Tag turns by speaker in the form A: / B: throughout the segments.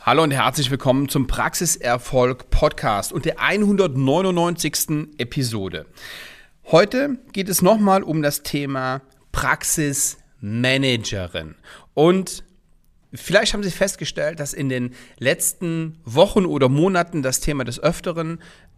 A: Hallo und herzlich willkommen zum Praxiserfolg Podcast und der 199. Episode. Heute geht es nochmal um das Thema Praxismanagerin. Und vielleicht haben Sie festgestellt, dass in den letzten Wochen oder Monaten das Thema des Öfteren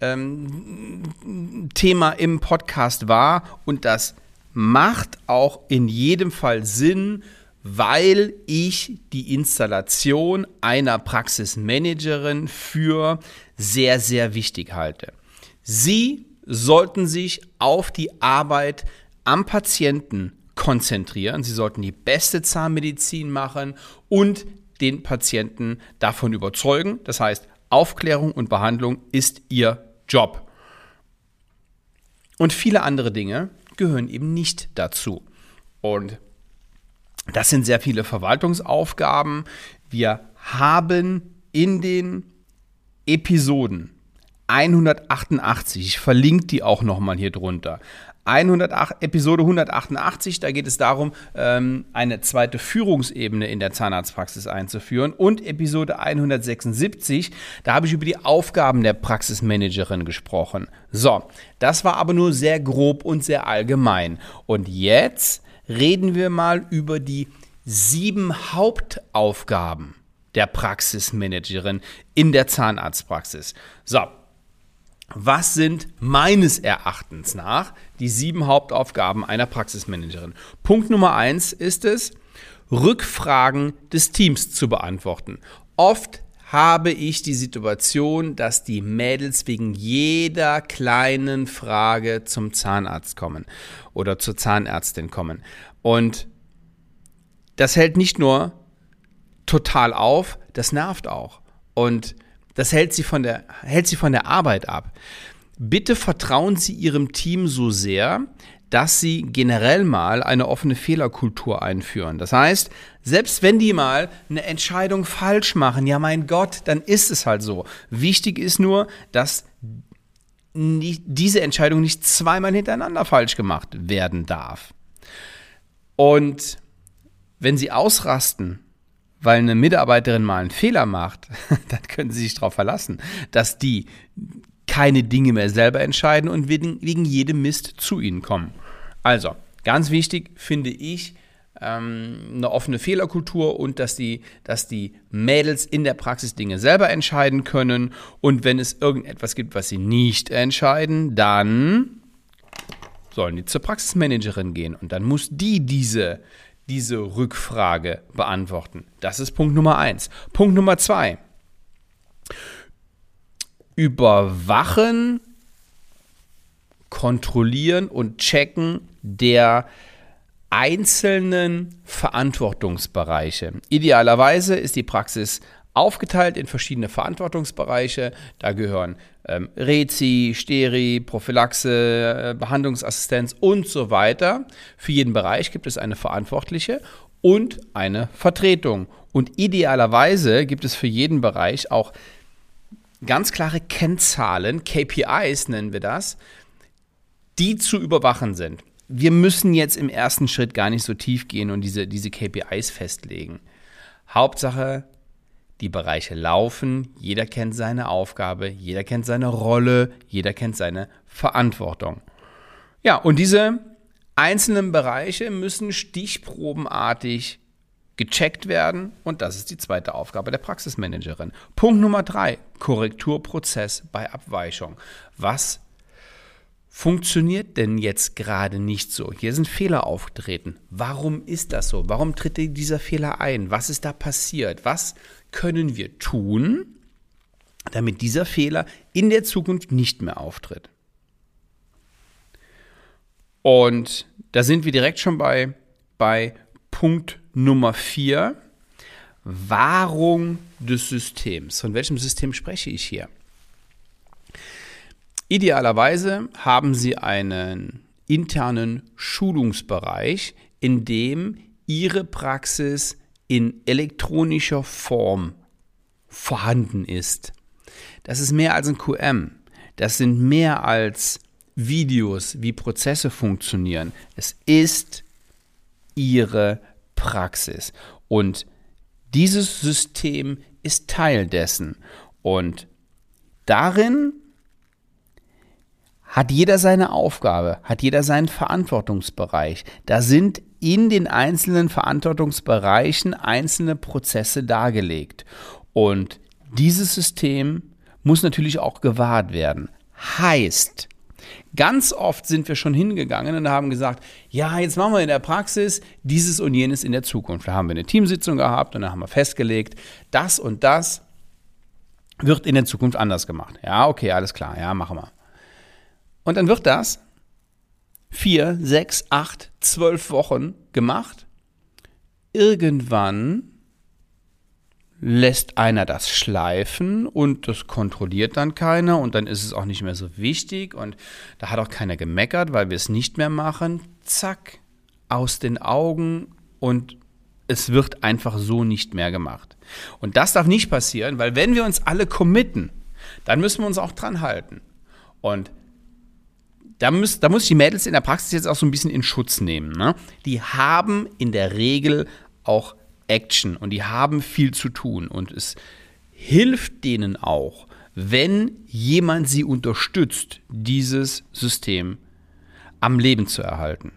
A: Thema im Podcast war, und das macht auch in jedem Fall Sinn, weil ich die Installation einer Praxismanagerin für sehr, sehr wichtig halte. Sie sollten sich auf die Arbeit am Patienten konzentrieren. Sie sollten die beste Zahnmedizin machen und den Patienten davon überzeugen. Das heißt, Aufklärung und Behandlung ist Ihr Job. Und viele andere Dinge gehören eben nicht dazu. Und das sind sehr viele Verwaltungsaufgaben. Wir haben in den Episoden 188, ich verlinke die auch nochmal hier drunter, Episode 188, da geht es darum, eine zweite Führungsebene in der Zahnarztpraxis einzuführen, und Episode 176, da habe ich über die Aufgaben der Praxismanagerin gesprochen. So, das war aber nur sehr grob und sehr allgemein. Und jetzt reden wir mal über die 7 Hauptaufgaben der Praxismanagerin in der Zahnarztpraxis. So, was sind meines Erachtens nach die 7 Hauptaufgaben einer Praxismanagerin? Punkt Nummer 1 ist es, Rückfragen des Teams zu beantworten. Oft habe ich die Situation, dass die Mädels wegen jeder kleinen Frage zum Zahnarzt kommen oder zur Zahnärztin kommen. Und das hält nicht nur total auf, das nervt auch. Und das hält sie von der Arbeit ab. Bitte vertrauen Sie Ihrem Team so sehr, dass Sie generell mal eine offene Fehlerkultur einführen. Das heißt, selbst wenn die mal eine Entscheidung falsch machen, ja mein Gott, dann ist es halt so. Wichtig ist nur, dass diese Entscheidung nicht zweimal hintereinander falsch gemacht werden darf. Und wenn Sie ausrasten, weil eine Mitarbeiterin mal einen Fehler macht, dann können Sie sich darauf verlassen, dass die keine Dinge mehr selber entscheiden und wegen jedem Mist zu Ihnen kommen. Also, ganz wichtig finde ich, eine offene Fehlerkultur und dass die Mädels in der Praxis Dinge selber entscheiden können, und wenn es irgendetwas gibt, was sie nicht entscheiden, dann sollen die zur Praxismanagerin gehen und dann muss diese Rückfrage beantworten. Das ist Punkt Nummer 1. Punkt Nummer 2. Überwachen, kontrollieren und checken der einzelnen Verantwortungsbereiche. Idealerweise ist die Praxis aufgeteilt in verschiedene Verantwortungsbereiche. Da gehören Rezi, Steri, Prophylaxe, Behandlungsassistenz und so weiter. Für jeden Bereich gibt es eine Verantwortliche und eine Vertretung. Und idealerweise gibt es für jeden Bereich auch ganz klare Kennzahlen, KPIs nennen wir das, die zu überwachen sind. Wir müssen jetzt im ersten Schritt gar nicht so tief gehen und diese KPIs festlegen. Hauptsache, die Bereiche laufen, jeder kennt seine Aufgabe, jeder kennt seine Rolle, jeder kennt seine Verantwortung. Ja, und diese einzelnen Bereiche müssen stichprobenartig gecheckt werden, und das ist die zweite Aufgabe der Praxismanagerin. Punkt Nummer 3, Korrekturprozess bei Abweichung. Was funktioniert denn jetzt gerade nicht so? Hier sind Fehler aufgetreten. Warum ist das so? Warum tritt dieser Fehler ein? Was ist da passiert? Was können wir tun, damit dieser Fehler in der Zukunft nicht mehr auftritt? Und da sind wir direkt schon bei Punkt Nummer 4. Wahrung des Systems. Von welchem System spreche ich hier? Idealerweise haben Sie einen internen Schulungsbereich, in dem Ihre Praxis in elektronischer Form vorhanden ist. Das ist mehr als ein QM. Das sind mehr als Videos, wie Prozesse funktionieren. Es ist Ihre Praxis. Und dieses System ist Teil dessen. Und darin hat jeder seine Aufgabe, hat jeder seinen Verantwortungsbereich. Da sind in den einzelnen Verantwortungsbereichen einzelne Prozesse dargelegt. Und dieses System muss natürlich auch gewahrt werden. Heißt, ganz oft sind wir schon hingegangen und haben gesagt, ja, jetzt machen wir in der Praxis dieses und jenes in der Zukunft. Da haben wir eine Teamsitzung gehabt und dann haben wir festgelegt, das und das wird in der Zukunft anders gemacht. Ja, okay, alles klar, ja, machen wir. Und dann wird das 4, 6, 8, 12 Wochen gemacht. Irgendwann lässt einer das schleifen und das kontrolliert dann keiner und dann ist es auch nicht mehr so wichtig und da hat auch keiner gemeckert, weil wir es nicht mehr machen. Zack, aus den Augen und es wird einfach so nicht mehr gemacht. Und das darf nicht passieren, weil wenn wir uns alle committen, dann müssen wir uns auch dran halten. Und da muss ich die Mädels in der Praxis jetzt auch so ein bisschen in Schutz nehmen. Ne? Die haben in der Regel auch Action und die haben viel zu tun. Und es hilft denen auch, wenn jemand sie unterstützt, dieses System am Leben zu erhalten.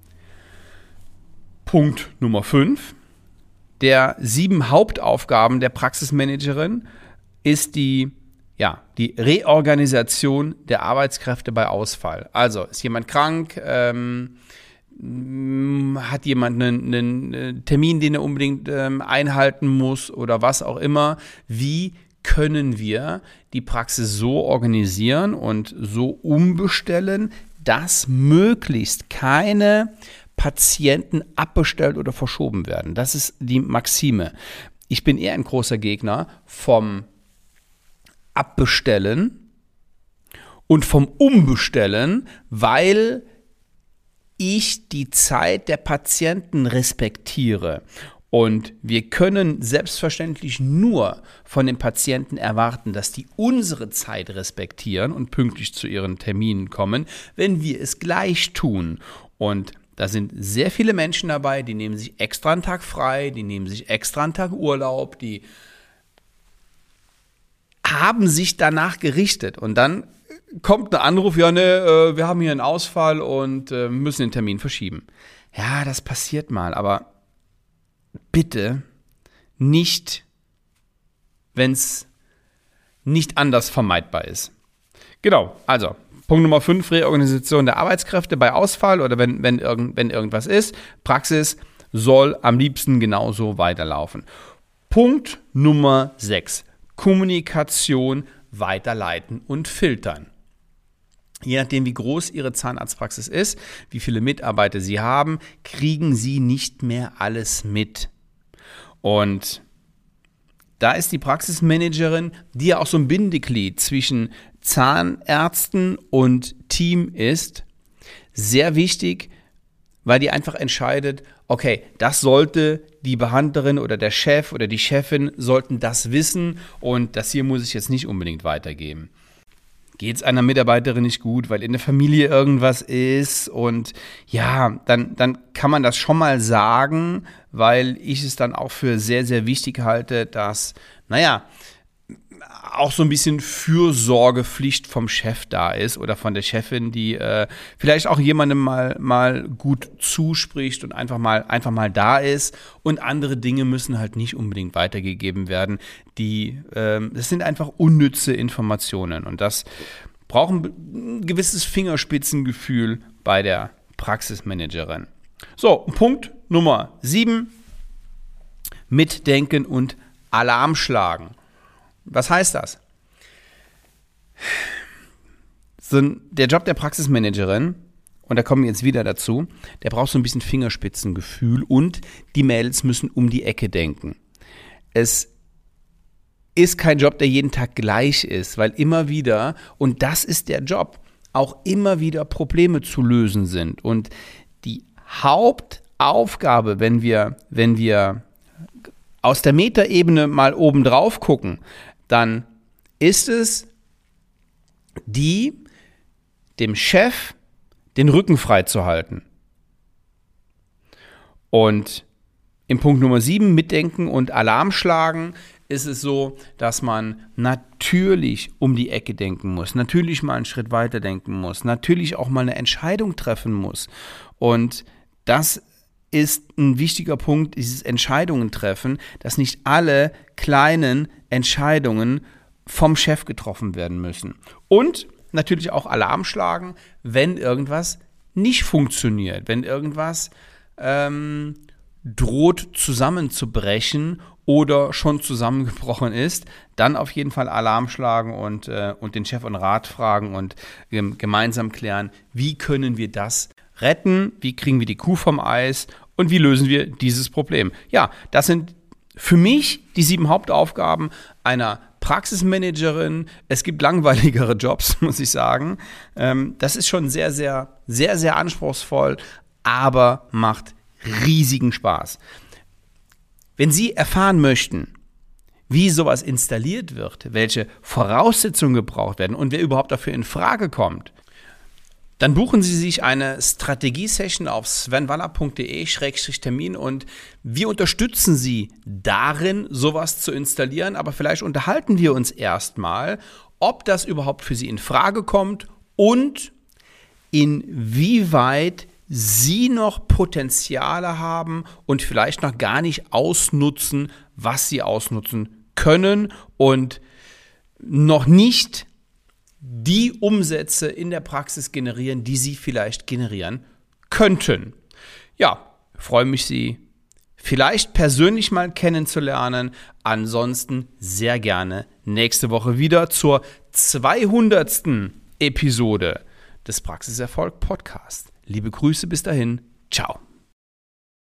A: Punkt Nummer 5 der 7 Hauptaufgaben der Praxismanagerin ist die Reorganisation der Arbeitskräfte bei Ausfall. Also ist jemand krank, hat jemand einen Termin, den er unbedingt einhalten muss oder was auch immer. Wie können wir die Praxis so organisieren und so umbestellen, dass möglichst keine Patienten abbestellt oder verschoben werden? Das ist die Maxime. Ich bin eher ein großer Gegner vom Abbestellen und vom Umbestellen, weil ich die Zeit der Patienten respektiere. Und wir können selbstverständlich nur von den Patienten erwarten, dass die unsere Zeit respektieren und pünktlich zu ihren Terminen kommen, wenn wir es gleich tun. Und da sind sehr viele Menschen dabei, die nehmen sich extra einen Tag frei, die nehmen sich extra einen Tag Urlaub, die haben sich danach gerichtet und dann kommt ein Anruf, ja, ne, wir haben hier einen Ausfall und müssen den Termin verschieben. Ja, das passiert mal, aber bitte nicht, wenn es nicht anders vermeidbar ist. Genau, also Punkt Nummer 5, Reorganisation der Arbeitskräfte bei Ausfall oder wenn irgendwas ist. Praxis soll am liebsten genauso weiterlaufen. Punkt Nummer 6. Kommunikation weiterleiten und filtern. Je nachdem, wie groß Ihre Zahnarztpraxis ist, wie viele Mitarbeiter Sie haben, kriegen Sie nicht mehr alles mit. Und da ist die Praxismanagerin, die ja auch so ein Bindeglied zwischen Zahnärzten und Team ist, sehr wichtig, weil die einfach entscheidet, okay, das sollte die Behandlerin oder der Chef oder die Chefin sollten das wissen und das hier muss ich jetzt nicht unbedingt weitergeben. Geht es einer Mitarbeiterin nicht gut, weil in der Familie irgendwas ist und ja, dann kann man das schon mal sagen, weil ich es dann auch für sehr, sehr wichtig halte, dass, auch so ein bisschen Fürsorgepflicht vom Chef da ist oder von der Chefin, die vielleicht auch jemandem mal gut zuspricht und einfach mal da ist und andere Dinge müssen halt nicht unbedingt weitergegeben werden. Das sind einfach unnütze Informationen und das braucht ein gewisses Fingerspitzengefühl bei der Praxismanagerin. So, Punkt Nummer 7, Mitdenken und Alarm schlagen. Was heißt das? Der Job der Praxismanagerin, und da kommen wir jetzt wieder dazu, der braucht so ein bisschen Fingerspitzengefühl und die Mädels müssen um die Ecke denken. Es ist kein Job, der jeden Tag gleich ist, weil immer wieder, und das ist der Job, auch immer wieder Probleme zu lösen sind. Und die Hauptaufgabe, wenn wir aus der Metaebene mal oben drauf gucken, dann ist es dem Chef den Rücken frei zu halten. Und im Punkt Nummer 7, Mitdenken und Alarm schlagen, ist es so, dass man natürlich um die Ecke denken muss, natürlich mal einen Schritt weiter denken muss, natürlich auch mal eine Entscheidung treffen muss. Und das ist ein wichtiger Punkt, dieses Entscheidungen treffen, dass nicht alle kleinen Entscheidungen vom Chef getroffen werden müssen. Und natürlich auch Alarm schlagen, wenn irgendwas nicht funktioniert, wenn irgendwas droht zusammenzubrechen oder schon zusammengebrochen ist, dann auf jeden Fall Alarm schlagen und den Chef und Rat fragen und gemeinsam klären, wie können wir das retten, wie kriegen wir die Kuh vom Eis und wie lösen wir dieses Problem. Ja, das sind für mich die 7 Hauptaufgaben einer Praxismanagerin. Es gibt langweiligere Jobs, muss ich sagen. Das ist schon sehr, sehr, sehr, sehr anspruchsvoll, aber macht riesigen Spaß. Wenn Sie erfahren möchten, wie sowas installiert wird, welche Voraussetzungen gebraucht werden und wer überhaupt dafür in Frage kommt, dann buchen Sie sich eine Strategie-Session auf svenwaller.de/termin und wir unterstützen Sie darin, sowas zu installieren, aber vielleicht unterhalten wir uns erstmal, ob das überhaupt für Sie in Frage kommt und inwieweit Sie noch Potenziale haben und vielleicht noch gar nicht ausnutzen, was Sie ausnutzen können und noch nicht die Umsätze in der Praxis generieren, die Sie vielleicht generieren könnten. Ja, freue mich, Sie vielleicht persönlich mal kennenzulernen. Ansonsten sehr gerne nächste Woche wieder zur 200. Episode des Praxiserfolg Podcasts. Liebe Grüße bis dahin. Ciao.